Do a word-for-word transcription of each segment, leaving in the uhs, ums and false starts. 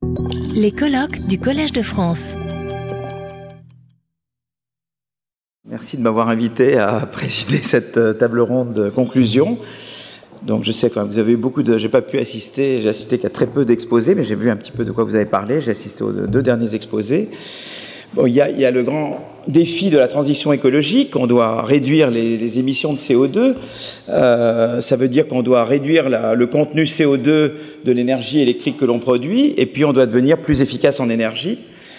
Les colloques du Collège de France. Merci de m'avoir invité à présider cette table ronde de conclusion. Donc je sais que vous avez eu beaucoup de... J'ai pas pu assister, j'ai assisté qu'à très peu d'exposés, mais j'ai vu un petit peu de quoi vous avez parlé. J'ai assisté aux deux derniers exposés. Bon, il y a, il y a le grand défi de la transition écologique. On doit réduire les, les émissions de C O deux. Euh, ça veut dire qu'on doit réduire la, le contenu C O deux de l'énergie électrique que l'on produit, et puis on doit devenir plus efficace en énergie,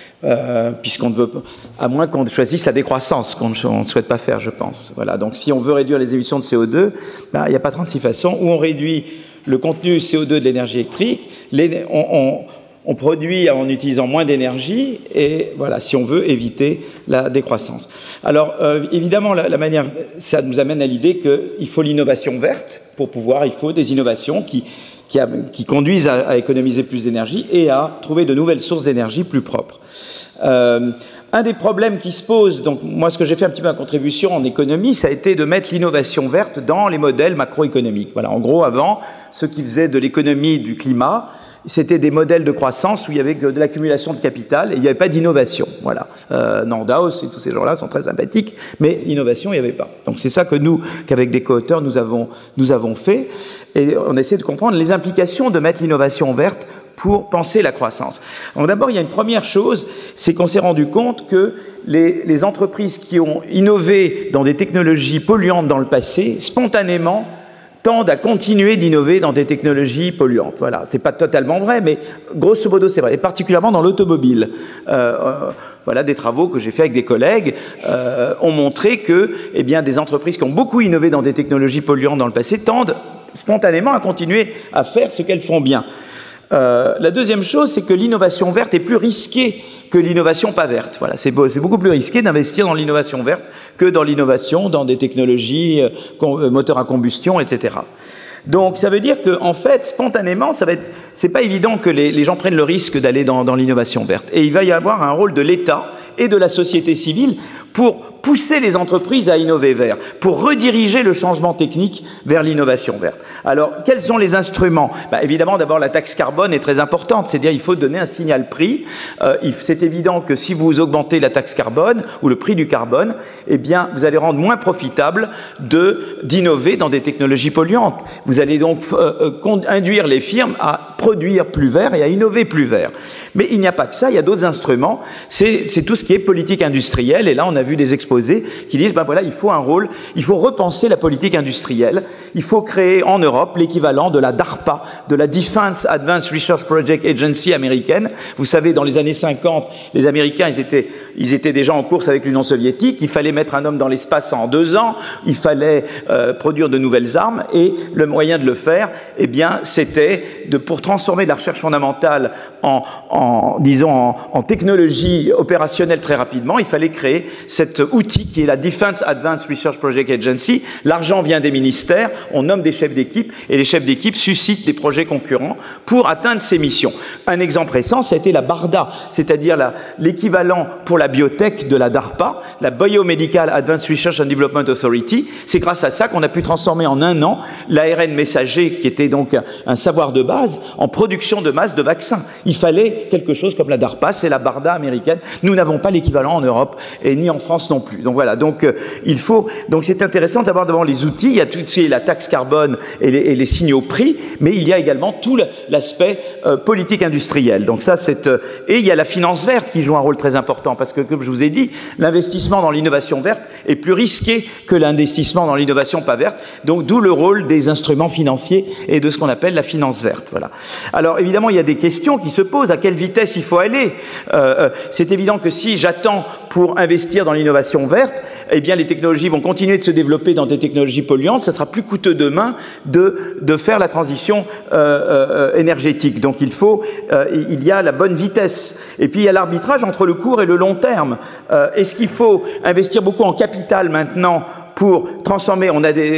euh, puisqu'on ne veut pas, à moins qu'on choisisse la décroissance, qu'on ne souhaite pas faire, je pense. Voilà. Donc, si on veut réduire les émissions de C O deux, ben, il n'y a pas trente-six façons. Où on réduit le contenu C O deux de l'énergie électrique, les, on, on On produit en utilisant moins d'énergie, et voilà, si on veut éviter la décroissance. Alors, euh, évidemment, la, la manière, ça nous amène à l'idée qu'il faut l'innovation verte. Pour pouvoir, il faut des innovations qui, qui, a, qui conduisent à, à économiser plus d'énergie et à trouver de nouvelles sources d'énergie plus propres. Euh, un des problèmes qui se posent, donc moi ce que j'ai fait un petit peu ma contribution en économie, ça a été de mettre l'innovation verte dans les modèles macroéconomiques. Voilà, en gros, avant, ceux qui faisaient de l'économie du climat, c'était des modèles de croissance où il y avait de l'accumulation de capital et il n'y avait pas d'innovation. Voilà. Euh, Nordaus et tous ces gens-là sont très sympathiques, mais l'innovation, il n'y avait pas. Donc c'est ça que nous, qu'avec des co-auteurs, nous avons, nous avons fait. Et on essaie de comprendre les implications de mettre l'innovation verte pour penser la croissance. Donc d'abord, il y a une première chose, c'est qu'on s'est rendu compte que les, les entreprises qui ont innové dans des technologies polluantes dans le passé, spontanément, tendent à continuer d'innover dans des technologies polluantes. Voilà, c'est pas totalement vrai, mais grosso modo c'est vrai, et particulièrement dans l'automobile. Euh, euh, voilà, des travaux que j'ai faits avec des collègues euh, ont montré que, eh bien, des entreprises qui ont beaucoup innové dans des technologies polluantes dans le passé tendent spontanément à continuer à faire ce qu'elles font bien. Euh, la deuxième chose, c'est que l'innovation verte est plus risquée que l'innovation pas verte. Voilà, c'est, beau, c'est beaucoup plus risqué d'investir dans l'innovation verte que dans l'innovation dans des technologies euh, com- moteurs à combustion, et cetera. Donc, ça veut dire que, en fait, spontanément, ça va être, c'est pas évident que les, les gens prennent le risque d'aller dans, dans l'innovation verte. Et il va y avoir un rôle de l'État et de la société civile pour pousser les entreprises à innover vert, pour rediriger le changement technique vers l'innovation verte. Alors, quels sont les instruments ? Bah, évidemment, d'abord, la taxe carbone est très importante, c'est-à-dire il faut donner un signal prix. Euh, c'est évident que si vous augmentez la taxe carbone ou le prix du carbone, eh bien, vous allez rendre moins profitable de, d'innover dans des technologies polluantes. Vous allez donc euh, induire les firmes à produire plus vert et à innover plus vert. Mais il n'y a pas que ça, il y a d'autres instruments. C'est, c'est tout ce qui est politique industrielle, et là, on a vu des exposés qui disent, ben voilà, il faut un rôle, il faut repenser la politique industrielle, il faut créer en Europe l'équivalent de la DARPA, de la Defense Advanced Research Project Agency américaine. Vous savez, dans les années cinquante, les Américains, ils étaient, ils étaient déjà en course avec l'Union soviétique, il fallait mettre un homme dans l'espace en deux ans, il fallait euh, produire de nouvelles armes, et le moyen de le faire, eh bien, c'était de, pour transformer la recherche fondamentale en, en disons, en, en technologie opérationnelle très rapidement, il fallait créer cet outil qui est la Defense Advanced Research Project Agency. L'argent vient des ministères, on nomme des chefs d'équipe, et les chefs d'équipe suscitent des projets concurrents pour atteindre ces missions. Un exemple récent, ça a été la BARDA, c'est-à-dire la, l'équivalent pour la biotech de la DARPA, la Biomedical Advanced Research and Development Authority. C'est grâce à ça qu'on a pu transformer en un an l'A R N messager, qui était donc un, un savoir de base, en production de masse de vaccins. Il fallait quelque chose comme la DARPA, c'est la BARDA américaine. Nous n'avons pas l'équivalent en Europe, et ni en France non plus. Donc voilà, donc euh, il faut, donc c'est intéressant d'avoir devant les outils. Il y a tout de suite la taxe carbone et les, et les signaux prix, mais il y a également tout l'aspect euh, politique industrielle. Donc ça, c'est euh, et il y a la finance verte qui joue un rôle très important, parce que comme je vous ai dit, l'investissement dans l'innovation verte est plus risqué que l'investissement dans l'innovation pas verte. Donc d'où le rôle des instruments financiers et de ce qu'on appelle la finance verte. Voilà. Alors évidemment, il y a des questions qui se posent. À quelle vitesse il faut aller ? euh, euh, C'est évident que si j'attends pour investir dans l'innovation verte, eh bien les technologies vont continuer de se développer dans des technologies polluantes. Ça sera plus coûteux demain de de faire la transition euh, euh, énergétique. Donc il faut, euh, il y a la bonne vitesse. Et puis il y a l'arbitrage entre le court et le long terme. Euh, est-ce qu'il faut investir beaucoup en capital maintenant pour transformer? On a des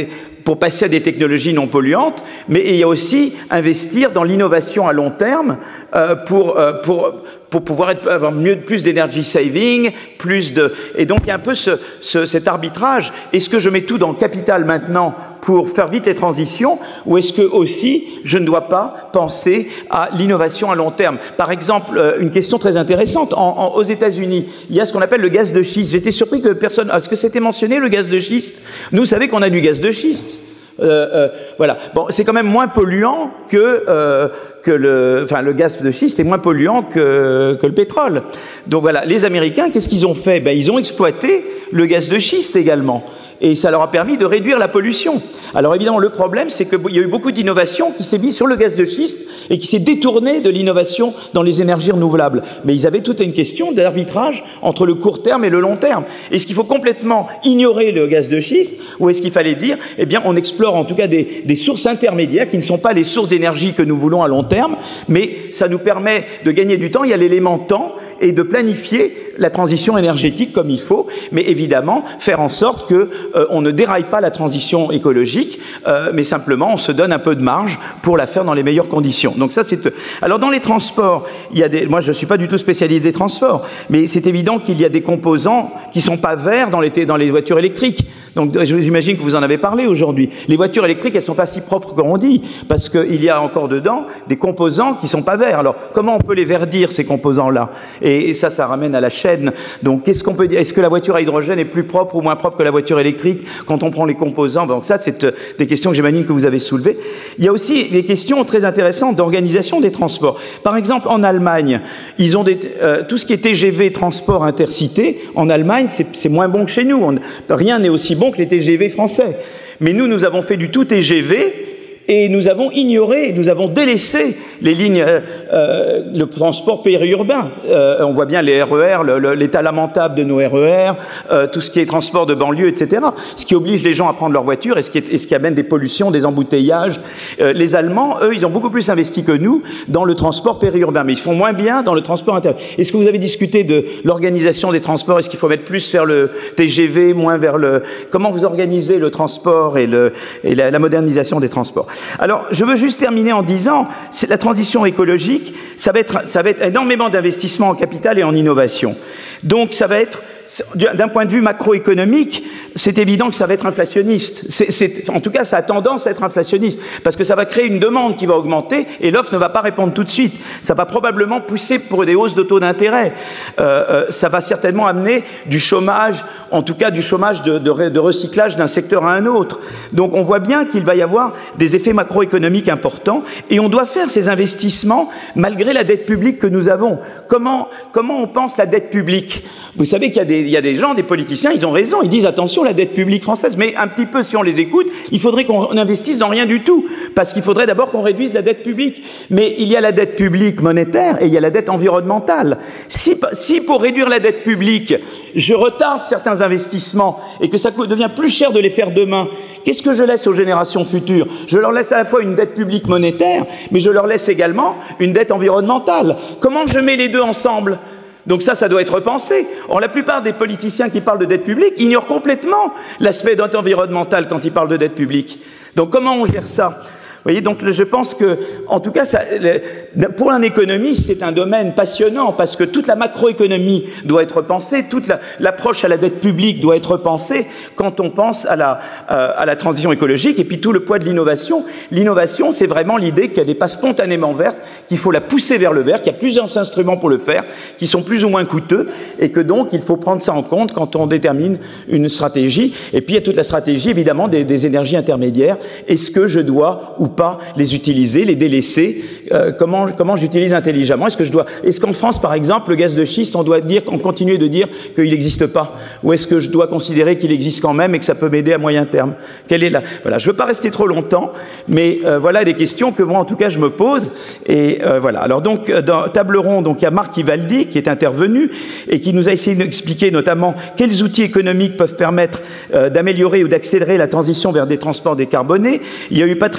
pour passer à des technologies non polluantes, mais il y a aussi investir dans l'innovation à long terme euh, pour, euh, pour, pour pouvoir être, avoir mieux, plus d'énergie saving, plus de... Et donc il y a un peu ce, ce, cet arbitrage. Est-ce que je mets tout dans le capital maintenant pour faire vite les transitions, ou est-ce que aussi je ne dois pas penser à l'innovation à long terme? Par exemple, euh, une question très intéressante, en, en, aux États-Unis, il y a ce qu'on appelle le gaz de schiste. J'étais surpris que personne... Est-ce que c'était mentionné, le gaz de schiste? Nous, vous savez qu'on a du gaz de schiste. Euh, euh, voilà. Bon, c'est quand même moins polluant que euh, que le, enfin le gaz de schiste est moins polluant que que le pétrole. Donc voilà, les Américains, qu'est-ce qu'ils ont fait? Ben ils ont exploité le gaz de schiste également. Et ça leur a permis de réduire la pollution. Alors évidemment, le problème, c'est qu'il y a eu beaucoup d'innovation qui s'est mise sur le gaz de schiste et qui s'est détournée de l'innovation dans les énergies renouvelables. Mais ils avaient toute une question d'arbitrage entre le court terme et le long terme. Est-ce qu'il faut complètement ignorer le gaz de schiste, ou est-ce qu'il fallait dire, eh bien, on explore en tout cas des, des sources intermédiaires qui ne sont pas les sources d'énergie que nous voulons à long terme, mais ça nous permet de gagner du temps. Il y a l'élément temps et de planifier la transition énergétique comme il faut, mais évidemment faire en sorte que euh, on ne déraille pas la transition écologique, euh, mais simplement on se donne un peu de marge pour la faire dans les meilleures conditions. Donc ça c'est. Alors dans les transports, il y a des. Moi je suis pas du tout spécialiste des transports, mais c'est évident qu'il y a des composants qui sont pas verts dans les dans les voitures électriques. Donc j'imagine que vous en avez parlé aujourd'hui. Les voitures électriques, elles sont pas si propres comme on dit, parce qu'il y a encore dedans des composants qui sont pas verts. Alors comment on peut les verdir ces composants-là? Et, et ça, ça ramène à la chaîne. Donc qu'est-ce qu'on peut dire? Est-ce que la voiture à hydrogène est plus propre ou moins propre que la voiture électrique quand on prend les composants? Donc ça, c'est des questions que j'imagine que vous avez soulevées. Il y a aussi des questions très intéressantes d'organisation des transports. Par exemple, en Allemagne, ils ont des, euh, tout ce qui est T G V, transport intercité. En Allemagne, c'est moins bon que chez nous. On, rien n'est aussi bon que les T G V français. Mais nous, nous avons fait du tout T G V et nous avons ignoré, nous avons délaissé les lignes, euh, euh, le transport périurbain. Euh, on voit bien les R E R, l'état lamentable de nos R E R, euh, tout ce qui est transport de banlieue, et cetera. Ce qui oblige les gens à prendre leur voiture et ce qui, est, et ce qui amène des pollutions, des embouteillages. Euh, les Allemands, eux, ils ont beaucoup plus investi que nous dans le transport périurbain, mais ils font moins bien dans le transport intérieur. Est-ce que vous avez discuté de l'organisation des transports? Est-ce qu'il faut mettre plus vers le T G V, moins vers le... Comment vous organisez le transport et, le, et la, la modernisation des transports? Alors, je veux juste terminer en disant, c'est la transition écologique, ça va être, ça va être énormément d'investissements en capital et en innovation. Donc, ça va être, d'un point de vue macroéconomique, c'est évident que ça va être inflationniste. C'est, c'est, en tout cas, ça a tendance à être inflationniste, parce que ça va créer une demande qui va augmenter et l'offre ne va pas répondre tout de suite. Ça va probablement pousser pour des hausses de taux d'intérêt. Euh, euh, ça va certainement amener du chômage, en tout cas du chômage de, de, de recyclage d'un secteur à un autre. Donc on voit bien qu'il va y avoir des effets macroéconomiques importants et on doit faire ces investissements malgré la dette publique que nous avons. Comment, comment on pense la dette publique? Vous savez qu'il y a des Il y a des gens, des politiciens, ils ont raison, ils disent attention la dette publique française, mais un petit peu si on les écoute, il faudrait qu'on investisse dans rien du tout, parce qu'il faudrait d'abord qu'on réduise la dette publique. Mais il y a la dette publique monétaire et il y a la dette environnementale. Si, si pour réduire la dette publique, je retarde certains investissements et que ça devient plus cher de les faire demain, qu'est-ce que je laisse aux générations futures? Je leur laisse à la fois une dette publique monétaire, mais je leur laisse également une dette environnementale. Comment je mets les deux ensemble? Donc ça, ça doit être repensé. Or, la plupart des politiciens qui parlent de dette publique ignorent complètement l'aspect environnemental quand ils parlent de dette publique. Donc comment on gère ça? Vous voyez, donc je pense que, en tout cas, ça, pour un économiste, c'est un domaine passionnant parce que toute la macroéconomie doit être repensée, toute la, l'approche à la dette publique doit être repensée quand on pense à la, euh, à la transition écologique et puis tout le poids de l'innovation. L'innovation, c'est vraiment l'idée qu'elle n'est pas spontanément verte, qu'il faut la pousser vers le vert, qu'il y a plusieurs instruments pour le faire, qui sont plus ou moins coûteux et que donc il faut prendre ça en compte quand on détermine une stratégie. Et puis il y a toute la stratégie, évidemment, des, des énergies intermédiaires. Est-ce que je dois ou pas les utiliser, les délaisser, euh, comment, comment j'utilise intelligemment? Est-ce que je dois, est-ce qu'en France, par exemple, le gaz de schiste, on doit dire, on continue de dire qu'il n'existe pas? Ou est-ce que je dois considérer qu'il existe quand même et que ça peut m'aider à moyen terme? Quelle est la, voilà, je veux pas rester trop longtemps, mais euh, voilà des questions que moi, en tout cas, je me pose. Et euh, voilà. Alors donc, dans table ronde, donc il y a Marc Ivaldi qui est intervenu et qui nous a essayé d'expliquer notamment quels outils économiques peuvent permettre euh, d'améliorer ou d'accélérer la transition vers des transports décarbonés. Il y a eu Patricia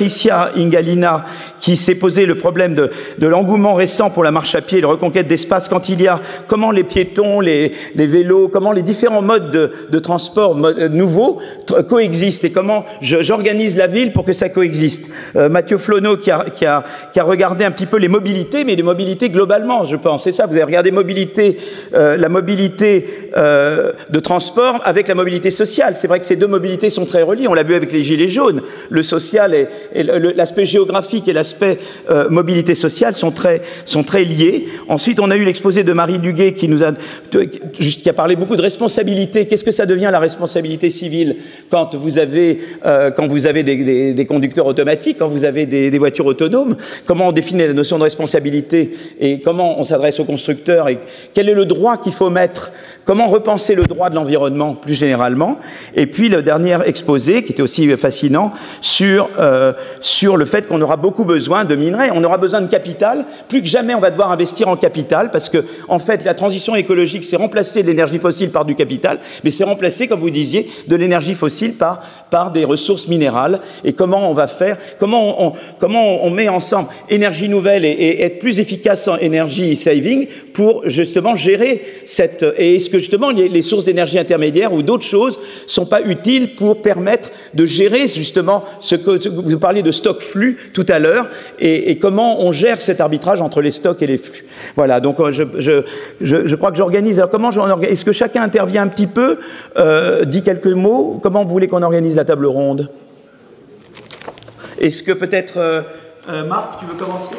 Elisa Ingalina, qui s'est posé le problème de, de l'engouement récent pour la marche à pied, la reconquête d'espace, quand il y a comment les piétons, les, les vélos, comment les différents modes de, de transport mode, euh, nouveaux coexistent et comment je, j'organise la ville pour que ça coexiste. Euh, Mathieu Flonneau qui a, qui, a, qui a regardé un petit peu les mobilités, mais les mobilités globalement, je pense, c'est ça, vous avez regardé mobilité, euh, la mobilité euh, de transport avec la mobilité sociale. C'est vrai que ces deux mobilités sont très reliées, on l'a vu avec les gilets jaunes, le social et, et le, l'aspect géographique et l'aspect euh, mobilité sociale sont très, sont très liés. Ensuite, on a eu l'exposé de Marie Duguay qui nous a, qui a parlé beaucoup de responsabilité. Qu'est-ce que ça devient la responsabilité civile quand vous avez, euh, quand vous avez des, des, des conducteurs automatiques, quand vous avez des, des voitures autonomes? Comment on définit la notion de responsabilité et comment on s'adresse aux constructeurs et quel est le droit qu'il faut mettre? Comment repenser le droit de l'environnement plus généralement? Et puis le dernier exposé, qui était aussi fascinant, sur, euh, sur le fait qu'on aura beaucoup besoin de minerais. On aura besoin de capital. Plus que jamais, on va devoir investir en capital parce que, en fait, la transition écologique, c'est remplacer l'énergie fossile par du capital, mais c'est remplacer, comme vous disiez, de l'énergie fossile par, par des ressources minérales. Et comment on va faire? Comment on, on, comment on met ensemble énergie nouvelle et, et être plus efficace en énergie saving pour justement gérer cette... Et est-ce que justement les, les sources d'énergie intermédiaires ou d'autres choses ne sont pas utiles pour permettre de gérer justement ce que, ce que vous parliez de stock flux tout à l'heure et, et comment on gère cet arbitrage entre les stocks et les flux. Voilà, donc je, je, je, je crois que j'organise. Alors comment j'organise? Est-ce que chacun intervient un petit peu, euh, dit quelques mots? Comment vous voulez qu'on organise la table ronde? Est-ce que peut-être euh, euh, Marc, tu veux commencer?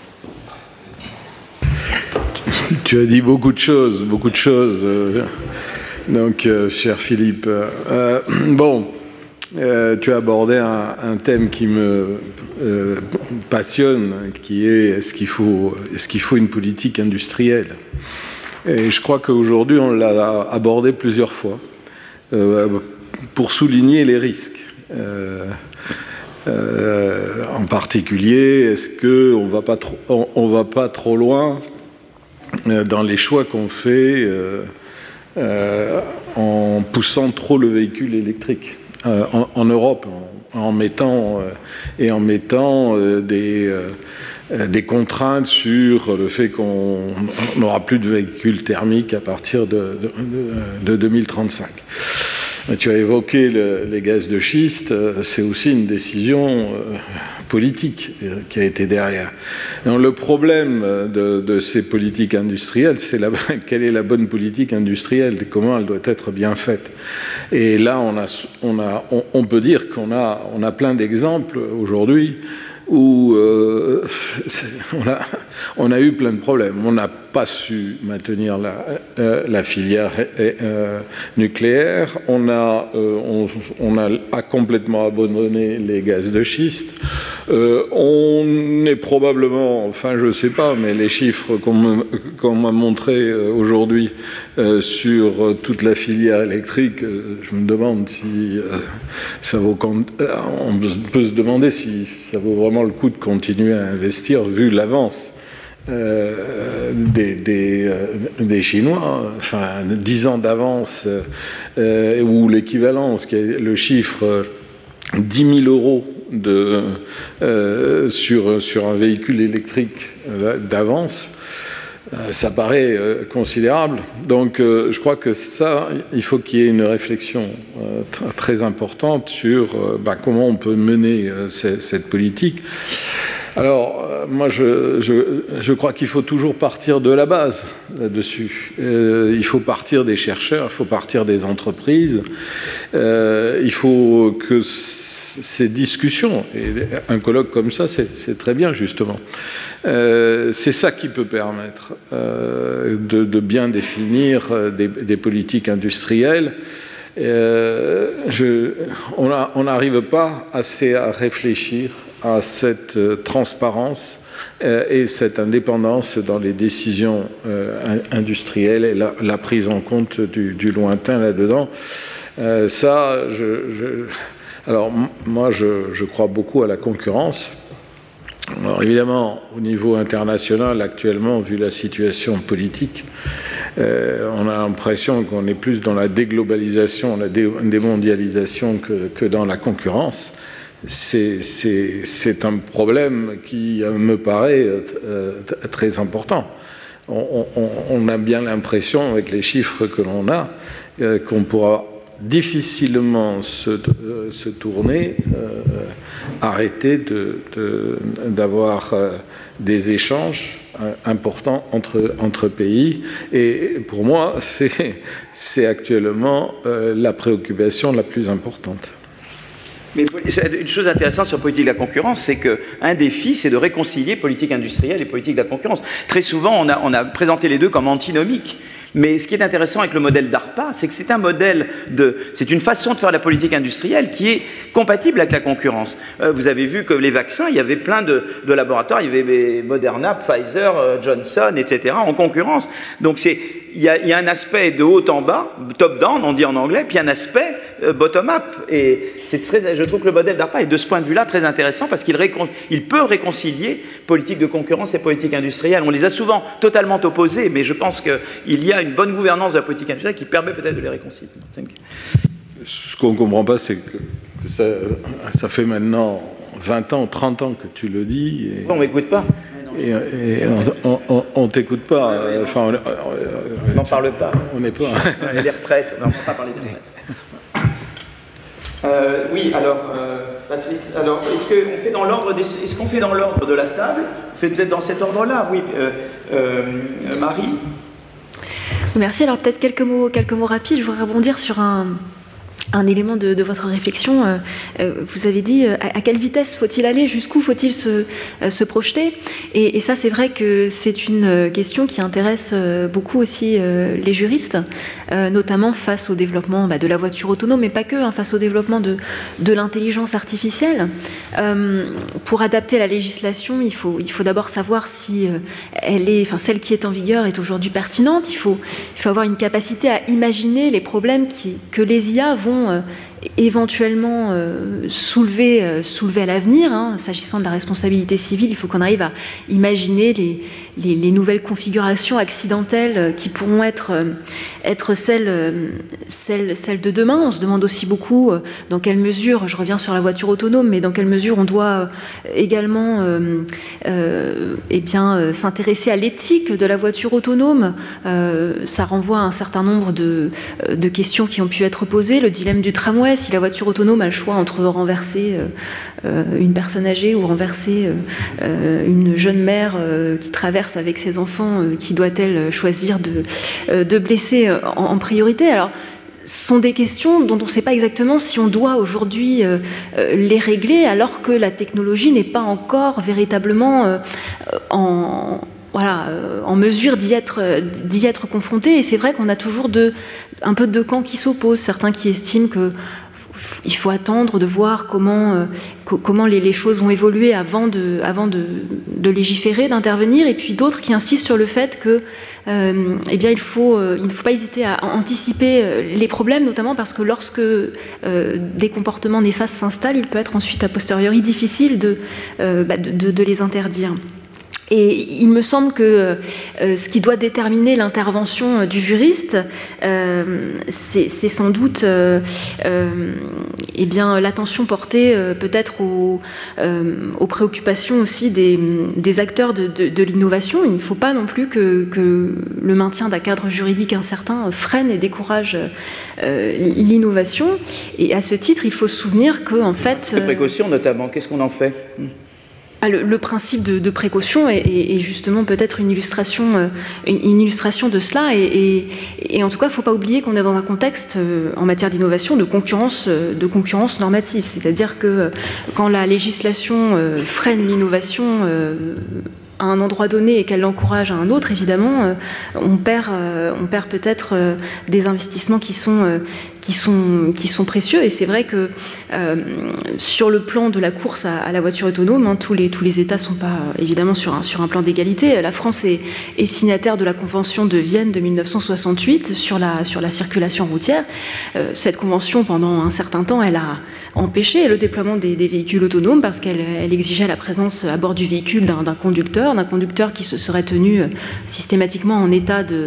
Tu as dit beaucoup de choses, beaucoup de choses. Euh, donc, euh, cher Philippe, euh, bon, euh, tu as abordé un, un thème qui me euh, passionne, qui est est-ce qu'il faut, est-ce qu'il faut une politique industrielle? Et je crois qu'aujourd'hui, on l'a abordé plusieurs fois euh, pour souligner les risques. Euh, euh, en particulier, est-ce qu'on va pas trop, on, on va pas trop loin dans les choix qu'on fait euh, euh, en poussant trop le véhicule électrique euh, en, en Europe, en, en mettant euh, et en mettant euh, des, euh, des contraintes sur le fait qu'on n'aura plus de véhicules thermiques à partir de, de, de, de deux mille trente-cinq. Tu as évoqué le, les gaz de schiste, c'est aussi une décision euh, politique qui a été derrière. Donc, le problème de, de ces politiques industrielles, c'est la, quelle est la bonne politique industrielle, comment elle doit être bien faite. Et là, on, a, on, a, on, on peut dire qu'on a, on a plein d'exemples aujourd'hui où euh, on, a, on a eu plein de problèmes. On n'a pas su maintenir la, euh, la filière euh, nucléaire, on a, euh, on, on a, a complètement abandonné les gaz de schiste, euh, on est probablement, enfin je ne sais pas, mais les chiffres qu'on, me, qu'on m'a montrés aujourd'hui euh, sur toute la filière électrique, euh, je me demande si euh, ça vaut, on peut se demander si ça vaut vraiment le coup de continuer à investir vu l'avance Euh, des, des, euh, des Chinois, enfin dix ans d'avance, euh, ou l'équivalence, qui est le chiffre euh, dix mille euros de, euh, sur, sur un véhicule électrique euh, d'avance, euh, ça paraît euh, considérable. Donc euh, je crois que ça, il faut qu'il y ait une réflexion euh, t- très importante sur euh, bah, comment on peut mener euh, c- cette politique. Alors, euh, moi, je, je, je crois qu'il faut toujours partir de la base là-dessus. Euh, il faut partir des chercheurs, il faut partir des entreprises. Euh, il faut que c- ces discussions, et un colloque comme ça, c'est, c'est très bien, justement. Euh, c'est ça qui peut permettre euh, de, de bien définir des, des politiques industrielles. Euh, je, on n'arrive pas assez à réfléchir à cette euh, transparence euh, et cette indépendance dans les décisions euh, industrielles et la, la prise en compte du, du lointain là-dedans. Euh, ça, je, je, alors m- moi, je, je crois beaucoup à la concurrence. Alors évidemment, au niveau international, actuellement, vu la situation politique, euh, on a l'impression qu'on est plus dans la déglobalisation, la dé- démondialisation que, que dans la concurrence. c'est un problème qui me paraît euh, très important. On, on, on a bien l'impression, avec les chiffres que l'on a, euh, qu'on pourra difficilement se, euh, se tourner, euh, arrêter de, de, d'avoir euh, des échanges euh, importants entre, entre pays. Et pour moi, c'est actuellement euh, la préoccupation la plus importante. Mais une chose intéressante sur la politique de la concurrence, c'est qu'un défi, c'est de réconcilier politique industrielle et politique de la concurrence. Très souvent, on a, on a présenté les deux comme antinomiques. Mais ce qui est intéressant avec le modèle DARPA, c'est que c'est un modèle de, c'est une façon de faire la politique industrielle qui est compatible avec la concurrence. Euh, vous avez vu que les vaccins, il y avait plein de, de laboratoires, il y avait Moderna, Pfizer, euh, Johnson, et cetera en concurrence. Donc c'est, il y, a, il y a un aspect de haut en bas, top-down, on dit en anglais, puis un aspect euh, bottom-up. Et c'est très, je trouve que le modèle DARPA est de ce point de vue-là très intéressant parce qu'il récon, il peut réconcilier politique de concurrence et politique industrielle. On les a souvent totalement opposés, mais je pense qu'il y a une bonne gouvernance de la politique industrielle qui permet peut-être de les réconcilier. Ce qu'on ne comprend pas, c'est que ça, ça fait maintenant vingt ans, trente ans que tu le dis. Et... On ne m'écoute pas. Et, et on ne t'écoute pas. Enfin, on n'en parle pas. On n'est pas. Et les retraites, on ne va pas parler des retraites. Euh, oui, alors, euh, Patrice, alors, est-ce qu'on fait dans l'ordre des, est-ce qu'on fait dans l'ordre de la table? On fait peut-être dans cet ordre-là, oui. Euh, euh, Marie. Merci. Alors peut-être quelques mots, quelques mots rapides. Je voudrais rebondir sur un, un élément de, de votre réflexion. Euh, euh, vous avez dit euh, à, à quelle vitesse faut-il aller, jusqu'où faut-il se, euh, se projeter, et, et ça, c'est vrai que c'est une question qui intéresse euh, beaucoup aussi euh, les juristes, euh, notamment face au développement bah, de la voiture autonome, mais pas que, hein, face au développement de, de l'intelligence artificielle. Euh, pour adapter la législation, il faut, il faut d'abord savoir si euh, elle est, enfin, celle qui est en vigueur est aujourd'hui pertinente. Il faut, il faut avoir une capacité à imaginer les problèmes qui, que les I A vont euh, éventuellement euh, soulever, euh, soulever à l'avenir. Hein. S'agissant de la responsabilité civile, il faut qu'on arrive à imaginer les, les, les nouvelles configurations accidentelles qui pourront être, euh, être celles, euh, celles, celles de demain. On se demande aussi beaucoup euh, dans quelle mesure, je reviens sur la voiture autonome, mais dans quelle mesure on doit euh, également euh, euh, eh bien, euh, s'intéresser à l'éthique de la voiture autonome. Euh, ça renvoie à un certain nombre de, de questions qui ont pu être posées. Le dilemme du tramway, si la voiture autonome a le choix entre renverser euh, une personne âgée ou renverser euh, une jeune mère euh, qui traverse avec ses enfants, euh, qui doit-elle choisir de, euh, de blesser en, en priorité? Alors, ce sont des questions dont on ne sait pas exactement si on doit aujourd'hui euh, les régler, alors que la technologie n'est pas encore véritablement euh, en... Voilà, euh, en mesure d'y être, d'y être confronté. Et c'est vrai qu'on a toujours de, un peu deux camps qui s'opposent. Certains qui estiment qu'il faut attendre de voir comment, euh, comment les, les choses vont évoluer avant de, avant de, de légiférer, d'intervenir. Et puis d'autres qui insistent sur le fait que, euh, eh bien, il, faut, euh, il ne faut pas hésiter à anticiper les problèmes, notamment parce que lorsque euh, des comportements néfastes s'installent, il peut être ensuite a posteriori difficile de, euh, bah, de, de, de les interdire. Et il me semble que euh, ce qui doit déterminer l'intervention du juriste, euh, c'est sans doute euh, euh, eh bien, l'attention portée euh, peut-être aux, euh, aux préoccupations aussi des, des acteurs de, de, de l'innovation. Il ne faut pas non plus que, que le maintien d'un cadre juridique incertain freine et décourage euh, l'innovation. Et à ce titre, il faut se souvenir que, en fait... De précaution notamment, qu'est-ce qu'on en fait ? Le, le principe de, de précaution est, est, est justement peut-être une illustration, euh, une illustration de cela. Et, et, et en tout cas, il ne faut pas oublier qu'on est dans un contexte euh, en matière d'innovation de concurrence, euh, de concurrence normative. C'est-à-dire que euh, quand la législation euh, freine l'innovation euh, à un endroit donné et qu'elle l'encourage à un autre, évidemment, euh, on perd, euh, on perd peut-être euh, des investissements qui sont... Euh, Qui sont, qui sont précieux. Et c'est vrai que euh, sur le plan de la course à, à la voiture autonome, hein, tous, les, tous les États ne sont pas euh, évidemment sur un, sur un plan d'égalité. La France est, est signataire de la Convention de Vienne de mille neuf cent soixante-huit sur la, sur la circulation routière. Euh, cette convention, pendant un certain temps, elle a empêché le déploiement des, des véhicules autonomes parce qu'elle elle exigeait la présence à bord du véhicule d'un conducteur, d'un conducteur qui se serait tenu systématiquement en état de...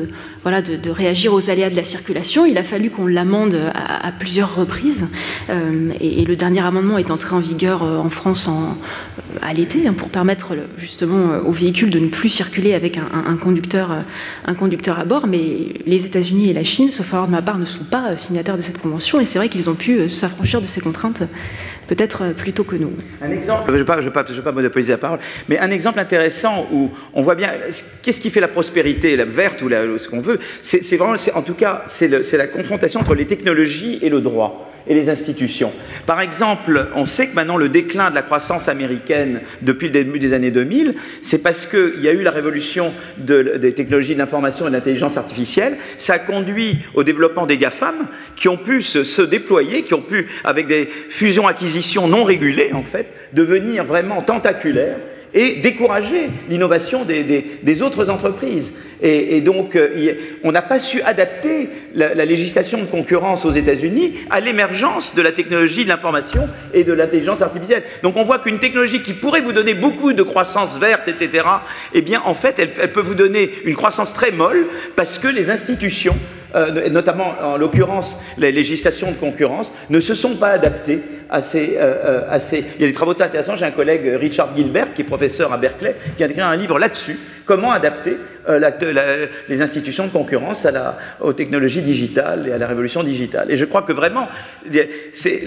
voilà, de, de réagir aux aléas de la circulation. Il a fallu qu'on l'amende à, à plusieurs reprises. Euh, et, et le dernier amendement est entré en vigueur en France en, à l'été, hein, pour permettre justement aux véhicules de ne plus circuler avec un, un, conducteur, un conducteur à bord. Mais les États-Unis et la Chine, sauf erreur de ma part, ne sont pas signataires de cette convention. Et c'est vrai qu'ils ont pu s'affranchir de ces contraintes peut-être plus tôt que nous. Un exemple, je ne vais pas, je vais pas, je vais pas monopoliser la parole, mais un exemple intéressant où on voit bien qu'est-ce qui fait la prospérité, la verte ou, la, ou ce qu'on veut, c'est, c'est vraiment, c'est, en tout cas, c'est, le, c'est la confrontation entre les technologies et le droit et les institutions. Par exemple, on sait que maintenant le déclin de la croissance américaine depuis le début des années deux mille, c'est parce qu'il y a eu la révolution de, des technologies de l'information et de l'intelligence artificielle. Ça a conduit au développement des GAFAM qui ont pu se, se déployer, qui ont pu, avec des fusions-acquisitions non régulées, en fait, devenir vraiment tentaculaires et décourager l'innovation des, des, des autres entreprises. Et, et donc, euh, on n'a pas su adapter la, la législation de concurrence aux États-Unis à l'émergence de la technologie de l'information et de l'intelligence artificielle. Donc, on voit qu'une technologie qui pourrait vous donner beaucoup de croissance verte, et cetera, eh bien, en fait, elle, elle peut vous donner une croissance très molle parce que les institutions, euh, notamment en l'occurrence les législations de concurrence, ne se sont pas adaptées à ces, euh, à ces... Il y a des travaux très intéressants. J'ai un collègue, Richard Gilbert, qui est professeur à Berkeley, qui a écrit un livre là-dessus, comment adapter euh, la, la, les institutions de concurrence à la, aux technologies digitales et à la révolution digitale. Et je crois que vraiment, c'est...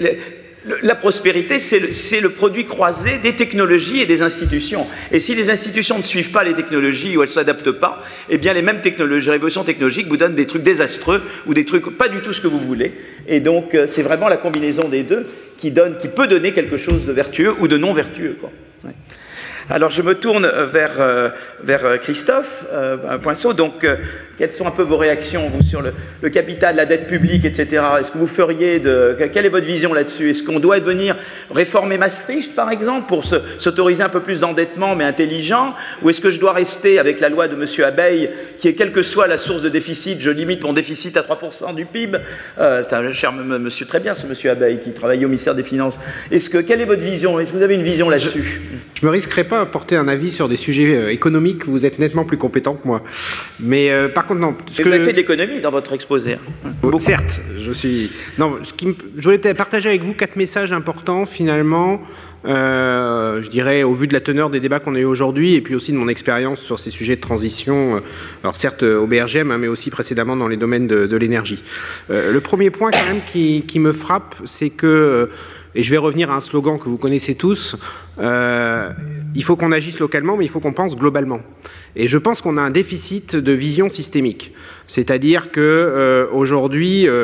La prospérité, c'est le, c'est le produit croisé des technologies et des institutions. Et si les institutions ne suivent pas les technologies ou elles ne s'adaptent pas, eh bien les mêmes technologies, les révolutions technologiques vous donnent des trucs désastreux ou des trucs pas du tout ce que vous voulez. Et donc c'est vraiment la combinaison des deux qui, donne, qui peut donner quelque chose de vertueux ou de non vertueux, quoi. Ouais. Alors je me tourne vers, euh, vers Christophe euh, Poinceau. Donc, euh, quelles sont un peu vos réactions, vous, sur le, le capital, la dette publique, et cetera. Est-ce que vous feriez de... Quelle est votre vision là-dessus? Est-ce qu'on doit venir réformer Maastricht, par exemple, pour se, s'autoriser un peu plus d'endettement, mais intelligent? Ou est-ce que je dois rester avec la loi de M. Abeille, qui est, quelle que soit la source de déficit, je limite mon déficit à trois pour cent du P I B? euh, C'est un cher monsieur, très bien, ce M. Abeille, qui travaille au ministère des Finances. Est-ce que, quelle est votre vision? Est-ce que vous avez une vision là-dessus? Je me risquerai pas à porter un avis sur des sujets euh, économiques, vous êtes nettement plus compétent que moi. Mais euh, par contre, non. Ce que vous avez fait de l'économie dans votre exposé. Hein. Certes, je suis... Non, ce qui me... je voulais partager avec vous quatre messages importants, finalement, euh, je dirais, au vu de la teneur des débats qu'on a eu aujourd'hui, et puis aussi de mon expérience sur ces sujets de transition, euh, alors certes au B R G M, hein, mais aussi précédemment dans les domaines de, de l'énergie. Euh, le premier point, quand même, qui, qui me frappe, c'est que... Euh, et je vais revenir à un slogan que vous connaissez tous, euh, il faut qu'on agisse localement, mais il faut qu'on pense globalement. Et je pense qu'on a un déficit de vision systémique. C'est-à-dire que euh, aujourd'hui, euh,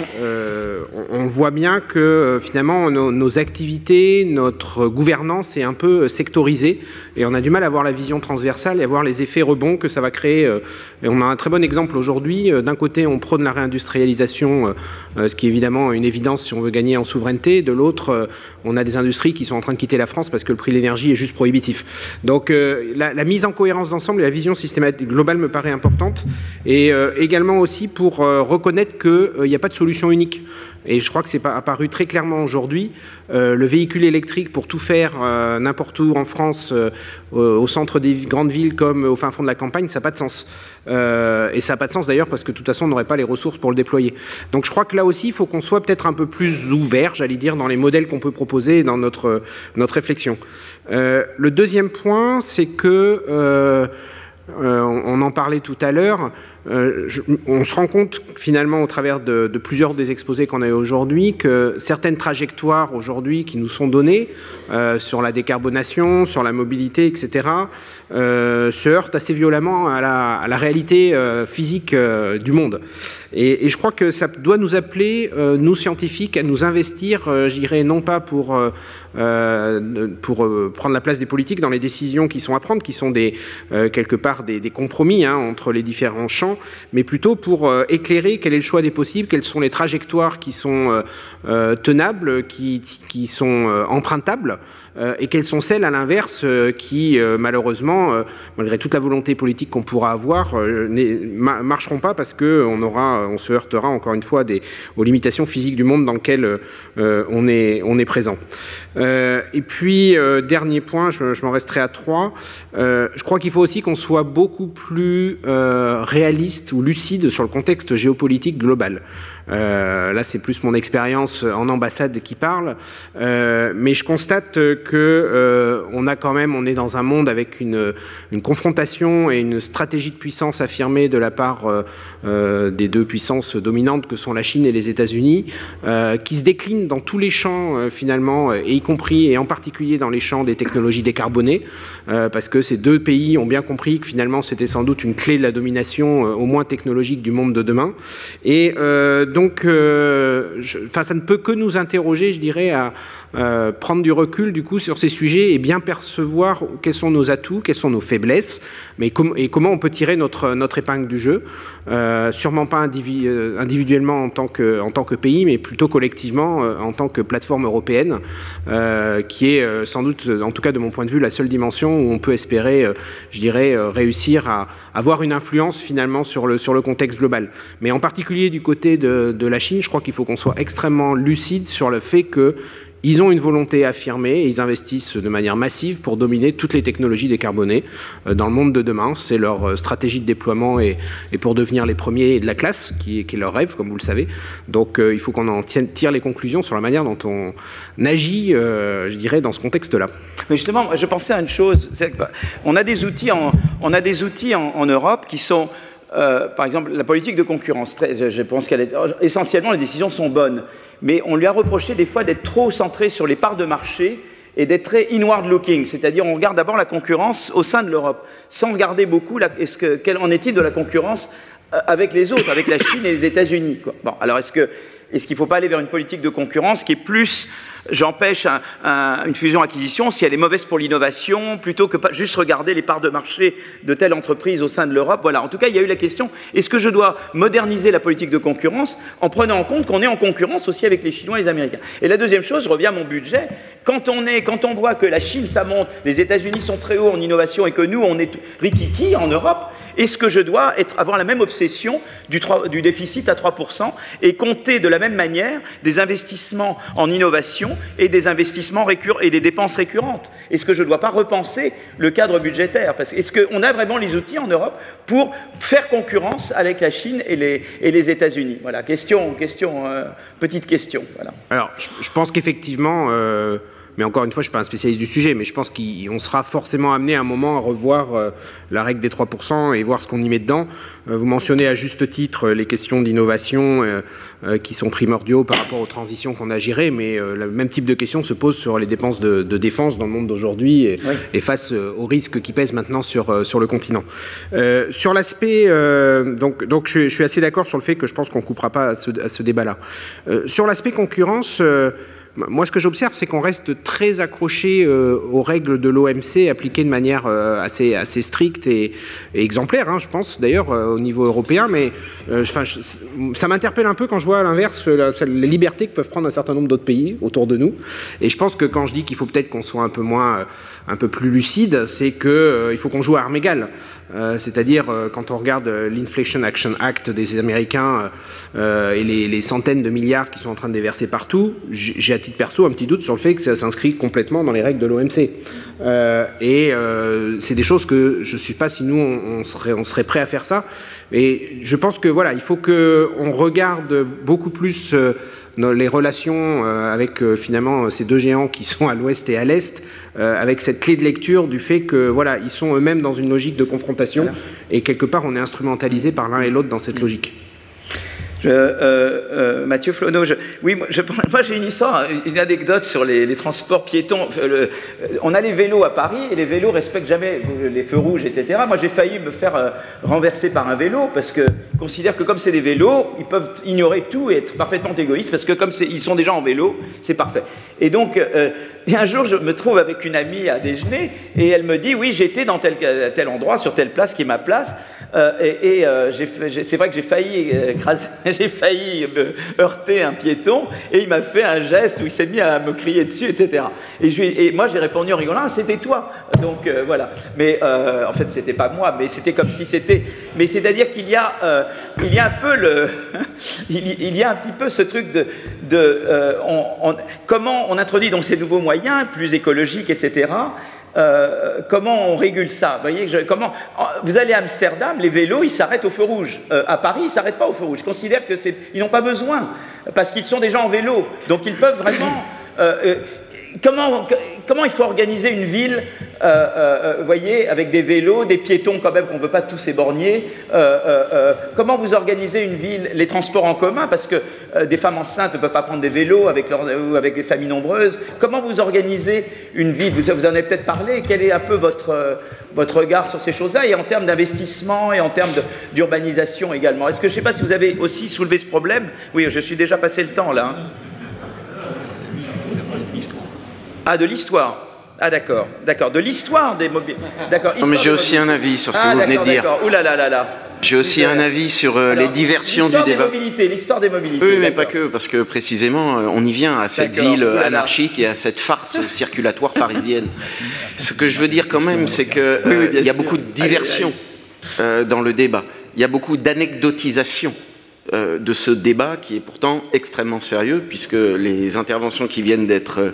euh, on voit bien que euh, finalement nos, nos activités, notre gouvernance est un peu sectorisée, et on a du mal à voir la vision transversale et à voir les effets rebonds que ça va créer. Euh, et on a un très bon exemple aujourd'hui. Euh, d'un côté, on prône la réindustrialisation, euh, ce qui est évidemment une évidence si on veut gagner en souveraineté. De l'autre, euh, on a des industries qui sont en train de quitter la France parce que le prix de l'énergie est juste prohibitif. Donc euh, la, la mise en cohérence d'ensemble et la vision systématique globale me paraît importante. Et euh, également aussi pour euh, reconnaître qu'il n'y euh, a pas de solution unique. Et je crois que c'est apparu très clairement aujourd'hui. Euh, le véhicule électrique pour tout faire euh, n'importe où en France, euh, au centre des grandes villes comme au fin fond de la campagne, ça n'a pas de sens. Euh, et ça n'a pas de sens d'ailleurs parce que de toute façon on n'aurait pas les ressources pour le déployer. Donc je crois que là aussi il faut qu'on soit peut-être un peu plus ouvert, j'allais dire, dans les modèles qu'on peut proposer dans notre, notre réflexion. Euh, le deuxième point, c'est que, euh, euh, on en parlait tout à l'heure, Euh, je, on se rend compte finalement au travers de, de plusieurs des exposés qu'on a eu aujourd'hui que certaines trajectoires aujourd'hui qui nous sont données euh, sur la décarbonation, sur la mobilité, et cetera euh, se heurtent assez violemment à la, à la réalité euh, physique euh, du monde. Et, et je crois que ça doit nous appeler, euh, nous scientifiques, à nous investir, euh, je dirais non pas pour, euh, euh, pour euh, prendre la place des politiques dans les décisions qui sont à prendre, qui sont des, euh, quelque part des, des compromis hein, entre les différents champs, mais plutôt pour euh, éclairer quel est le choix des possibles, quelles sont les trajectoires qui sont euh, euh, tenables, qui, qui sont euh, empruntables, euh, et quelles sont celles, à l'inverse, euh, qui, euh, malheureusement, euh, malgré toute la volonté politique qu'on pourra avoir, euh, ne marcheront pas parce qu'on aura, on se heurtera, encore une fois, des, aux limitations physiques du monde dans lequel euh, on, est, on est présent. Euh, et puis, euh, dernier point, je, je m'en resterai à trois, euh, je crois qu'il faut aussi qu'on soit beaucoup plus euh, réaliste ou lucide sur le contexte géopolitique global. Euh, là, c'est plus mon expérience en ambassade qui parle, euh, mais je constate que euh, on a quand même, on est dans un monde avec une, une confrontation et une stratégie de puissance affirmée de la part euh, euh, des deux puissances dominantes que sont la Chine et les États-Unis, euh, qui se déclinent dans tous les champs euh, finalement, et y compris et en particulier dans les champs des technologies décarbonées, euh, parce que ces deux pays ont bien compris que finalement c'était sans doute une clé de la domination, euh, au moins technologique, du monde de demain. Et euh, donc, euh, je, enfin, ça ne peut que nous interroger, je dirais, à euh, prendre du recul du coup sur ces sujets et bien percevoir quels sont nos atouts, quelles sont nos faiblesses, mais com et comment on peut tirer notre notre épingle du jeu. Euh, sûrement pas individu individuellement en tant que en tant que pays, mais plutôt collectivement euh, en tant que plateforme européenne, euh, qui est euh, sans doute, en tout cas de mon point de vue, la seule dimension où on peut espérer, euh, je dirais, euh, réussir à avoir une influence finalement sur le sur le contexte global. Mais en particulier du côté de, de la Chine, je crois qu'il faut qu'on soit extrêmement lucide sur le fait que ils ont une volonté affirmée et ils investissent de manière massive pour dominer toutes les technologies décarbonées dans le monde de demain. C'est leur stratégie de déploiement et, et pour devenir les premiers de la classe, qui est, qui est leur rêve, comme vous le savez. Donc euh, il faut qu'on en tienne, tire les conclusions sur la manière dont on agit, euh, je dirais, dans ce contexte-là. Mais justement, je pensais à une chose. On a des outils en, on a des outils en, en Europe qui sont... Euh, par exemple, la politique de concurrence, très, je pense qu'elle est... Essentiellement, les décisions sont bonnes, mais on lui a reproché des fois d'être trop centré sur les parts de marché et d'être très inward-looking, c'est-à-dire on regarde d'abord la concurrence au sein de l'Europe, sans regarder beaucoup, la... est-ce que... quel en est-il de la concurrence avec les autres, avec la Chine et les États-Unis, quoi. Bon, alors est-ce que est-ce qu'il ne faut pas aller vers une politique de concurrence qui est plus, j'empêche un, un, une fusion-acquisition si elle est mauvaise pour l'innovation, plutôt que pas juste regarder les parts de marché de telle entreprise au sein de l'Europe. Voilà, en tout cas, il y a eu la question, est-ce que je dois moderniser la politique de concurrence en prenant en compte qu'on est en concurrence aussi avec les Chinois et les Américains? Et la deuxième chose, je reviens à mon budget, quand on, est, quand on voit que la Chine, ça monte, les États-Unis sont très hauts en innovation et que nous, on est rikiki en Europe, est-ce que je dois être, avoir la même obsession du, trois, du déficit à trois pour cent et compter de la même manière des investissements en innovation et des investissements récurrents et des dépenses récurrentes? Est-ce que je ne dois pas repenser le cadre budgétaire? Parce que, est-ce qu'on a vraiment les outils en Europe pour faire concurrence avec la Chine et les, et les États-Unis? Voilà, question, question euh, petite question. Voilà. Alors, je, je pense qu'effectivement... Euh... Mais encore une fois, je ne suis pas un spécialiste du sujet, mais je pense qu'on sera forcément amené à un moment à revoir euh, la règle des trois pour cent et voir ce qu'on y met dedans. Euh, vous mentionnez à juste titre les questions d'innovation euh, euh, qui sont primordiaux par rapport aux transitions qu'on a gérées, mais euh, le même type de questions se pose sur les dépenses de, de défense dans le monde d'aujourd'hui et, oui. et face euh, aux risques qui pèsent maintenant sur, euh, sur le continent. Euh, sur l'aspect, euh, donc, donc je, je suis assez d'accord sur le fait que je pense qu'on ne coupera pas à ce, à ce débat-là. Euh, sur l'aspect concurrence, euh, moi, ce que j'observe, c'est qu'on reste très accroché euh, aux règles de l'O M C appliquées de manière euh, assez, assez stricte et, et exemplaire, hein, je pense, d'ailleurs, euh, au niveau européen. Mais euh, enfin, je, ça m'interpelle un peu quand je vois à l'inverse la, les libertés que peuvent prendre un certain nombre d'autres pays autour de nous. Et je pense que quand je dis qu'il faut peut-être qu'on soit un peu moins, euh, un peu plus lucide, c'est qu'il euh, faut qu'on joue à armes égales. Euh, c'est-à-dire euh, quand on regarde euh, l'Inflation Action Act des Américains euh, et les, les centaines de milliards qui sont en train de déverser partout, j'ai à titre perso un petit doute sur le fait que ça s'inscrit complètement dans les règles de l'O M C. Euh, et euh, c'est des choses que je ne sais pas si nous on, on, serait, on serait prêt à faire ça. Et je pense que voilà, il faut qu'on regarde beaucoup plus euh, les relations euh, avec euh, finalement ces deux géants qui sont à l'ouest et à l'est, euh, avec cette clé de lecture du fait que voilà, ils sont eux-mêmes dans une logique de confrontation voilà. Et quelque part on est instrumentalisé par l'un et l'autre dans cette logique. Je, euh, euh, Mathieu Flonneau, je, oui, je, moi j'ai une histoire, une anecdote sur les, les transports piétons. Le, on a les vélos à Paris et les vélos respectent jamais les feux rouges, et cetera. Moi j'ai failli me faire euh, renverser par un vélo parce que je considère que comme c'est des vélos, ils peuvent ignorer tout et être parfaitement égoïstes parce que comme ils sont déjà en vélo, c'est parfait. Et donc, euh, et un jour je me trouve avec une amie à déjeuner et elle me dit, oui, j'étais dans tel, tel endroit, sur telle place qui est ma place. Euh, et et euh, c'est vrai que j'ai failli écraser, j'ai failli me heurter un piéton, et il m'a fait un geste où il s'est mis à me crier dessus, et cetera. Et, je, et moi j'ai répondu en rigolant, ah, c'était toi. Donc euh, voilà. Mais euh, en fait c'était pas moi, mais c'était comme si c'était. Mais c'est-à-dire qu'il y a, euh, il y a un peu le, il, il y a un petit peu ce truc de, de euh, on, on, comment on introduit donc ces nouveaux moyens plus écologiques, et cetera. Euh, comment on régule ça? Vous voyez, je, comment, vous allez à Amsterdam, les vélos, ils s'arrêtent au feu rouge. Euh, à Paris, ils ne s'arrêtent pas au feu rouge. Je considère que c'est, ils n'ont pas besoin, parce qu'ils sont des gens en vélo. Donc ils peuvent vraiment... Euh, euh, Comment, comment il faut organiser une ville, euh, euh, vous voyez, avec des vélos, des piétons quand même, qu'on ne veut pas tous éborgner. Euh, euh, euh, comment vous organisez une ville, les transports en commun, parce que euh, des femmes enceintes ne peuvent pas prendre des vélos avec, leur, ou avec des familles nombreuses. Comment vous organisez une ville? Vous, vous en avez peut-être parlé. Quel est un peu votre, euh, votre regard sur ces choses-là, et en termes d'investissement et en termes de, d'urbanisation également? Est-ce que, je ne sais pas si vous avez aussi soulevé ce problème? Oui, je suis déjà passé le temps là. Hein. Ah, de l'histoire. Ah, d'accord, d'accord. De l'histoire des mobiles. D'accord. Non, mais j'ai aussi un avis sur ce que ah, vous venez de dire. Ouh là là là là. J'ai aussi un avis sur euh, Alors, les diversions du débat. L'histoire des mobilités. Oui, mais pas que, parce que précisément, on y vient à cette ville là là. anarchique et à cette farce circulatoire parisienne. Ce que je veux dire quand même, c'est qu'il euh, oui, oui, y a sûr. beaucoup de diversions euh, dans le débat. Il y a beaucoup d'anecdotisation euh, de ce débat qui est pourtant extrêmement sérieux, puisque les interventions qui viennent d'être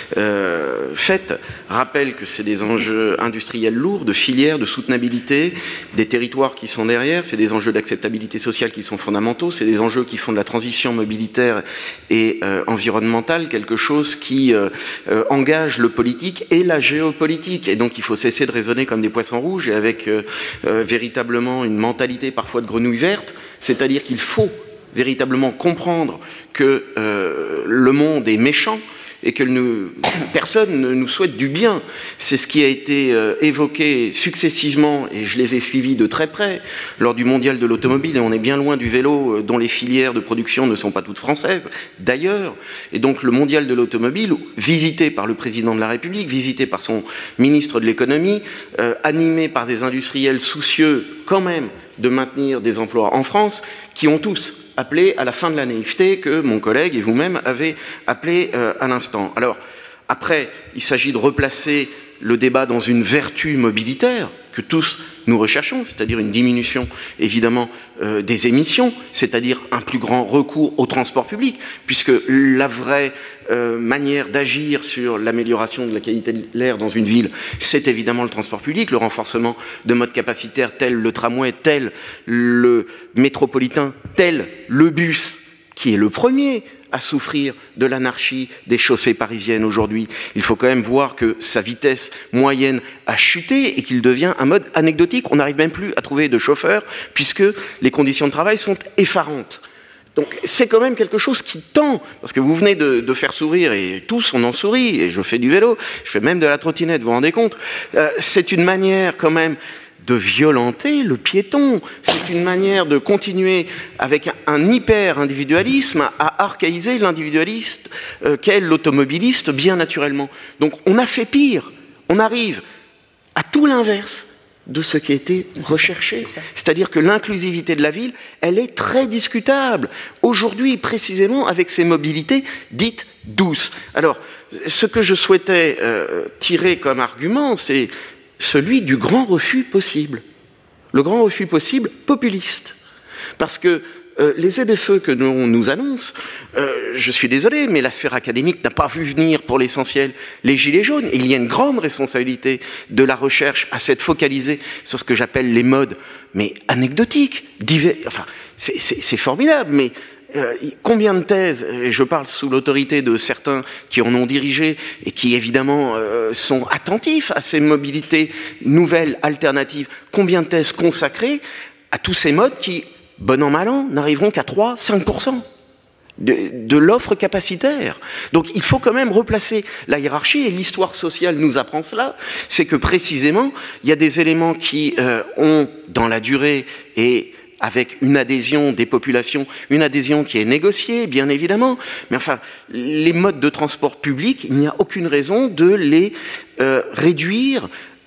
euh, faites rappellent que c'est des enjeux industriels lourds, de filières, de soutenabilité, des territoires qui sont derrière, c'est des enjeux d'acceptabilité sociale qui sont fondamentaux, c'est des enjeux qui font de la transition mobilitaire et euh, environnementale quelque chose qui euh, euh, engage le politique et la géopolitique. Et donc il faut cesser de raisonner comme des poissons rouges et avec euh, euh, véritablement une mentalité parfois de grenouille verte, c'est-à-dire qu'il faut véritablement comprendre que euh, le monde est méchant et que ne, personne ne nous souhaite du bien. C'est ce qui a été euh, évoqué successivement, et je les ai suivis de très près, lors du mondial de l'automobile, et on est bien loin du vélo, euh, dont les filières de production ne sont pas toutes françaises, d'ailleurs. Et donc le mondial de l'automobile, visité par le président de la République, visité par son ministre de l'économie, euh, animé par des industriels soucieux quand même de maintenir des emplois en France, qui ont tous appelé à la fin de la naïveté que mon collègue et vous-même avez appelé euh, à l'instant. Alors, après, il s'agit de replacer le débat dans une vertu mobilitaire que tous nous recherchons, c'est-à-dire une diminution évidemment euh, des émissions, c'est-à-dire un plus grand recours au transport public, puisque la vraie euh, manière d'agir sur l'amélioration de la qualité de l'air dans une ville, c'est évidemment le transport public, le renforcement de modes capacitaires tels le tramway, tel le métropolitain, tel le bus, qui est le premier à souffrir de l'anarchie des chaussées parisiennes aujourd'hui. Il faut quand même voir que sa vitesse moyenne a chuté et qu'il devient un mode anecdotique. On n'arrive même plus à trouver de chauffeurs puisque les conditions de travail sont effarantes. Donc c'est quand même quelque chose qui tend, parce que vous venez de, de faire sourire, et tous on en sourit, et je fais du vélo, je fais même de la trottinette, vous vous rendez compte, euh, c'est une manière quand même de violenter le piéton. C'est une manière de continuer avec un hyper-individualisme à archaïser l'individualiste euh, qu'est l'automobiliste bien naturellement. Donc on a fait pire. On arrive à tout l'inverse de ce qui a été recherché. C'est-à-dire que l'inclusivité de la ville, elle est très discutable. Aujourd'hui, précisément, avec ces mobilités dites douces. Alors, ce que je souhaitais euh, tirer comme argument, c'est celui du grand refus possible. Le grand refus possible populiste. Parce que euh, les Z F E que l'on nous annonce, euh, je suis désolé, mais la sphère académique n'a pas vu venir pour l'essentiel les gilets jaunes. Et il y a une grande responsabilité de la recherche à s'être focalisée sur ce que j'appelle les modes, mais anecdotiques, divers. Enfin, c'est, c'est, c'est formidable, mais Euh, combien de thèses, et je parle sous l'autorité de certains qui en ont dirigé et qui évidemment euh, sont attentifs à ces mobilités nouvelles, alternatives, combien de thèses consacrées à tous ces modes qui, bon an mal an, n'arriveront qu'à trois à cinq pour cent de, de l'offre capacitaire. Donc il faut quand même replacer la hiérarchie, et l'histoire sociale nous apprend cela, c'est que précisément il y a des éléments qui euh, ont dans la durée et avec une adhésion des populations, une adhésion qui est négociée, bien évidemment, mais enfin, les modes de transport public, il n'y a aucune raison de les euh, réduire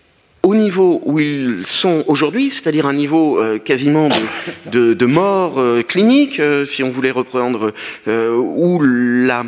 au niveau où ils sont aujourd'hui, c'est-à-dire un niveau euh, quasiment de, de, de mort euh, clinique, euh, si on voulait reprendre, euh, où la...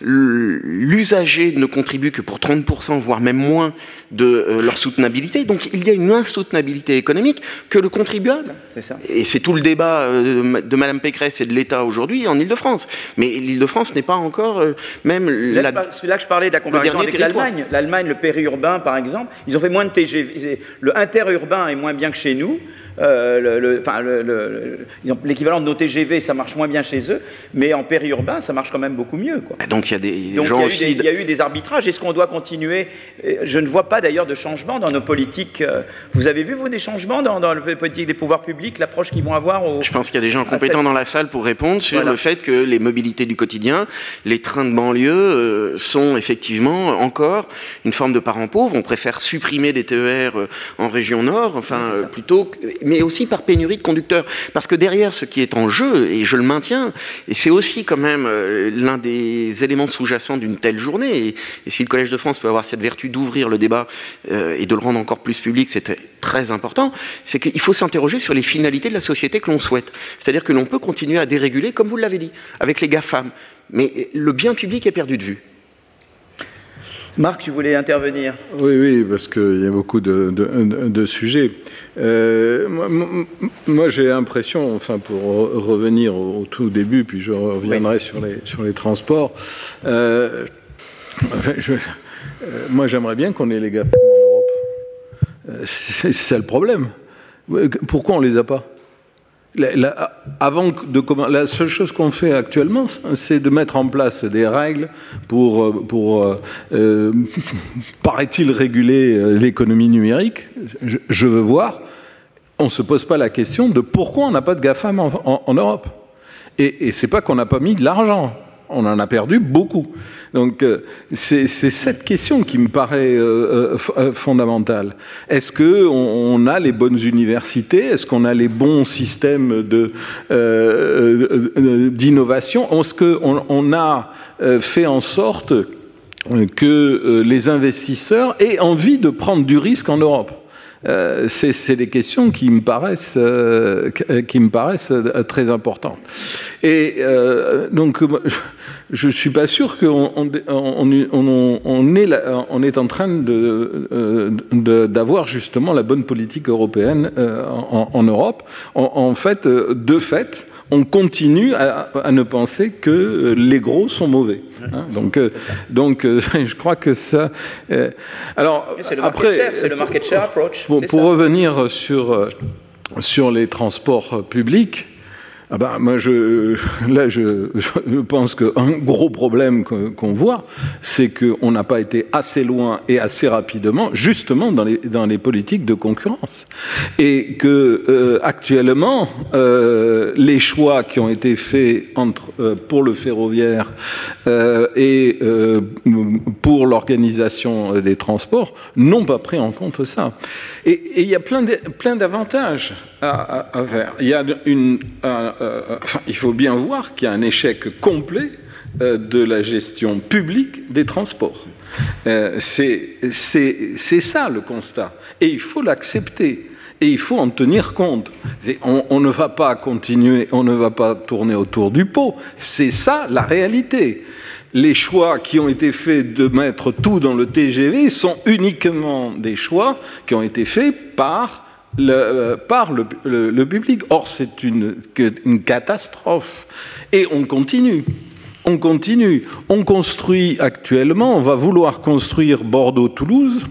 l'usager ne contribue que pour trente pour cent, voire même moins, de euh, leur soutenabilité. Donc il y a une insoutenabilité économique que le contribuable. C'est ça. Et c'est tout le débat euh, de Mme Pécresse et de l'État aujourd'hui en Île-de-France. Mais l'Île-de-France n'est pas encore euh, même... La... C'est là que je parlais de la comparaison avec l'Allemagne. L'Allemagne, le périurbain, par exemple, ils ont fait moins de T G V. Le interurbain est moins bien que chez nous. Euh, le, le, enfin, le, le, l'équivalent de nos T G V, ça marche moins bien chez eux, mais en périurbain, ça marche quand même beaucoup mieux, quoi. Donc il y a des Donc, gens il y a aussi... Eu des, il y a eu des arbitrages. Est-ce qu'on doit continuer? Je ne vois pas d'ailleurs de changement dans nos politiques. Vous avez vu, vous, des changements dans, dans la politique des pouvoirs publics, l'approche qu'ils vont avoir au... Je pense qu'il y a des gens compétents cette... dans la salle pour répondre sur voilà. le fait que les mobilités du quotidien, les trains de banlieue euh, sont effectivement encore une forme de parent pauvre. On préfère supprimer des T E R euh, en région nord, enfin, euh, plutôt que... mais aussi par pénurie de conducteurs. Parce que derrière ce qui est en jeu, et je le maintiens, et c'est aussi quand même euh, l'un des éléments sous-jacents d'une telle journée, et, et si le Collège de France peut avoir cette vertu d'ouvrir le débat euh, et de le rendre encore plus public, c'est très important, c'est qu'il faut s'interroger sur les finalités de la société que l'on souhaite. C'est-à-dire que l'on peut continuer à déréguler, comme vous l'avez dit, avec les GAFAM, mais le bien public est perdu de vue. Marc, tu voulais intervenir? Oui, oui, parce qu'il y a beaucoup de, de, de, de sujets. Euh, moi, moi j'ai l'impression, enfin, pour revenir au, au tout début, puis je reviendrai oui. sur, les, sur les transports, euh, enfin, je, euh, moi j'aimerais bien qu'on ait les GAFAM en Europe. Euh, c'est, c'est le problème. Pourquoi on ne les a pas? La, la, avant de, la seule chose qu'on fait actuellement, c'est de mettre en place des règles pour, pour euh, paraît-il, réguler l'économie numérique. Je, je veux voir. On ne se pose pas la question de pourquoi on n'a pas de GAFAM en, en, en Europe. Et, et ce n'est pas qu'on n'a pas mis de l'argent. On en a perdu beaucoup. Donc, euh, c'est, c'est cette question qui me paraît euh, euh, fondamentale. Est-ce qu'on on a les bonnes universités? Est-ce qu'on a les bons systèmes de, euh, euh, d'innovation? Est-ce qu'on on a euh, fait en sorte que euh, les investisseurs aient envie de prendre du risque en Europe? Euh, c'est, c'est des questions qui me paraissent, euh, qui me paraissent très importantes. Et euh, donc, je ne suis pas sûr qu'on on, on, on, on, est, là, on est en train de, de, d'avoir justement la bonne politique européenne euh, en, en Europe. En, en fait, de fait, on continue à, à ne penser que les gros sont mauvais. Hein, donc, euh, donc euh, je crois que ça. Euh, alors c'est le après, share, c'est le market share approach. Pour, pour revenir sur sur les transports publics. Ah ben, moi, je, là, je, je pense qu'un gros problème qu'on voit, c'est qu'on n'a pas été assez loin et assez rapidement, justement, dans les, dans les politiques de concurrence. Et que, euh, actuellement, euh, les choix qui ont été faits entre, euh, pour le ferroviaire euh, et euh, pour l'organisation des transports n'ont pas pris en compte ça. Et il y a plein, de, plein d'avantages à, à, à faire. Il y a une... Un, Euh, enfin, il faut bien voir qu'il y a un échec complet euh, de la gestion publique des transports. Euh, c'est, c'est, c'est ça le constat. Et il faut l'accepter. Et il faut en tenir compte. On, on ne va pas continuer, on ne va pas tourner autour du pot. C'est ça la réalité. Les choix qui ont été faits de mettre tout dans le T G V sont uniquement des choix qui ont été faits par Le, euh, par le, le, le public. Or, c'est une, une catastrophe. Et on continue. On continue. On construit actuellement, on va vouloir construire Bordeaux-Toulouse.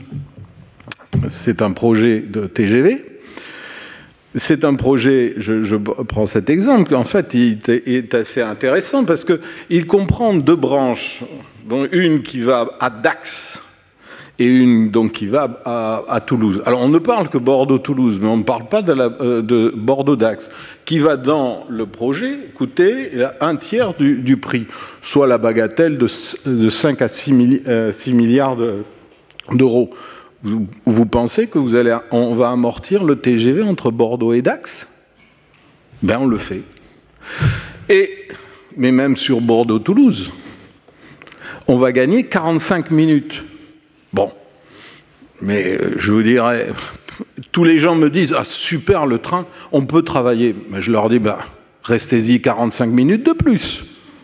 C'est un projet de T G V. C'est un projet, je, je prends cet exemple, en fait, il est assez intéressant parce qu'il comprend deux branches, dont une qui va à Dax, et une donc qui va à, à Toulouse. Alors on ne parle que Bordeaux-Toulouse, mais on ne parle pas de, la, de Bordeaux-Dax, qui va dans le projet coûter un tiers du, du prix, soit la bagatelle de, de cinq à six milliards d'euros. Vous, vous pensez que vous allez, on va amortir le T G V entre Bordeaux et Dax? Ben on le fait. Et, mais même sur Bordeaux-Toulouse, on va gagner quarante-cinq minutes. Bon, mais je vous dirais, tous les gens me disent « Ah, super, le train, on peut travailler. » Mais je leur dis bah, « Restez-y quarante-cinq minutes de plus. »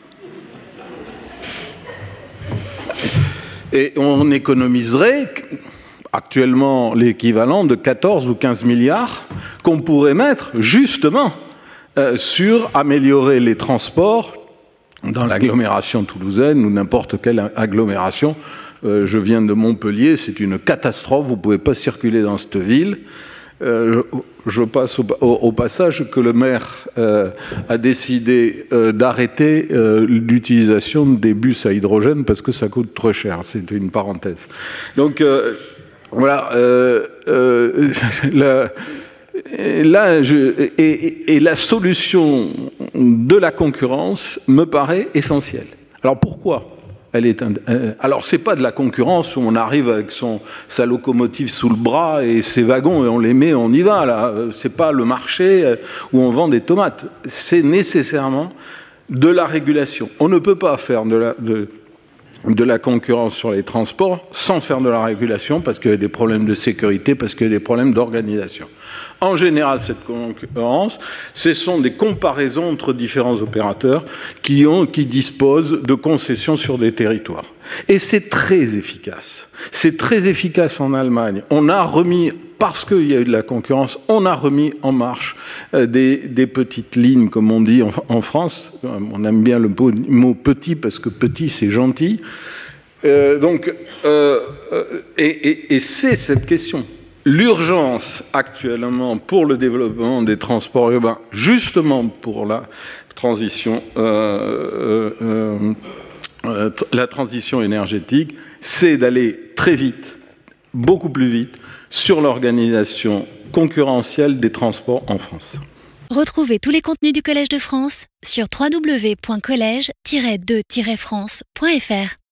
Et on économiserait actuellement l'équivalent de quatorze ou quinze milliards qu'on pourrait mettre justement euh, sur améliorer les transports dans l'agglomération toulousaine ou n'importe quelle agglomération. Euh, je viens de Montpellier, c'est une catastrophe, vous ne pouvez pas circuler dans cette ville. Euh, je, je passe au, au, au passage que le maire euh, a décidé euh, d'arrêter euh, l'utilisation des bus à hydrogène parce que ça coûte trop cher, c'est une parenthèse. Donc euh, voilà, euh, euh, la, là, je, et, et la solution de la concurrence me paraît essentielle. Alors pourquoi ? Elle est un... Alors, ce n'est pas de la concurrence où on arrive avec son, sa locomotive sous le bras et ses wagons et on les met, on y va. Là. Ce n'est pas le marché où on vend des tomates. C'est nécessairement de la régulation. On ne peut pas faire de la, de, de la concurrence sur les transports sans faire de la régulation parce qu'il y a des problèmes de sécurité, parce qu'il y a des problèmes d'organisation. En général, cette concurrence, ce sont des comparaisons entre différents opérateurs qui, ont, qui disposent de concessions sur des territoires. Et c'est très efficace. C'est très efficace en Allemagne. On a remis, parce qu'il y a eu de la concurrence, on a remis en marche des, des petites lignes, comme on dit en, en France. On aime bien le mot petit, parce que petit, c'est gentil. Euh, donc, euh, et, et, et c'est cette question. L'urgence actuellement pour le développement des transports urbains, justement pour la transition, euh, euh, euh, la transition énergétique, c'est d'aller très vite, beaucoup plus vite, sur l'organisation concurrentielle des transports en France. Retrouvez tous les contenus du Collège de France sur w w w point collège tiret de tiret france point f r.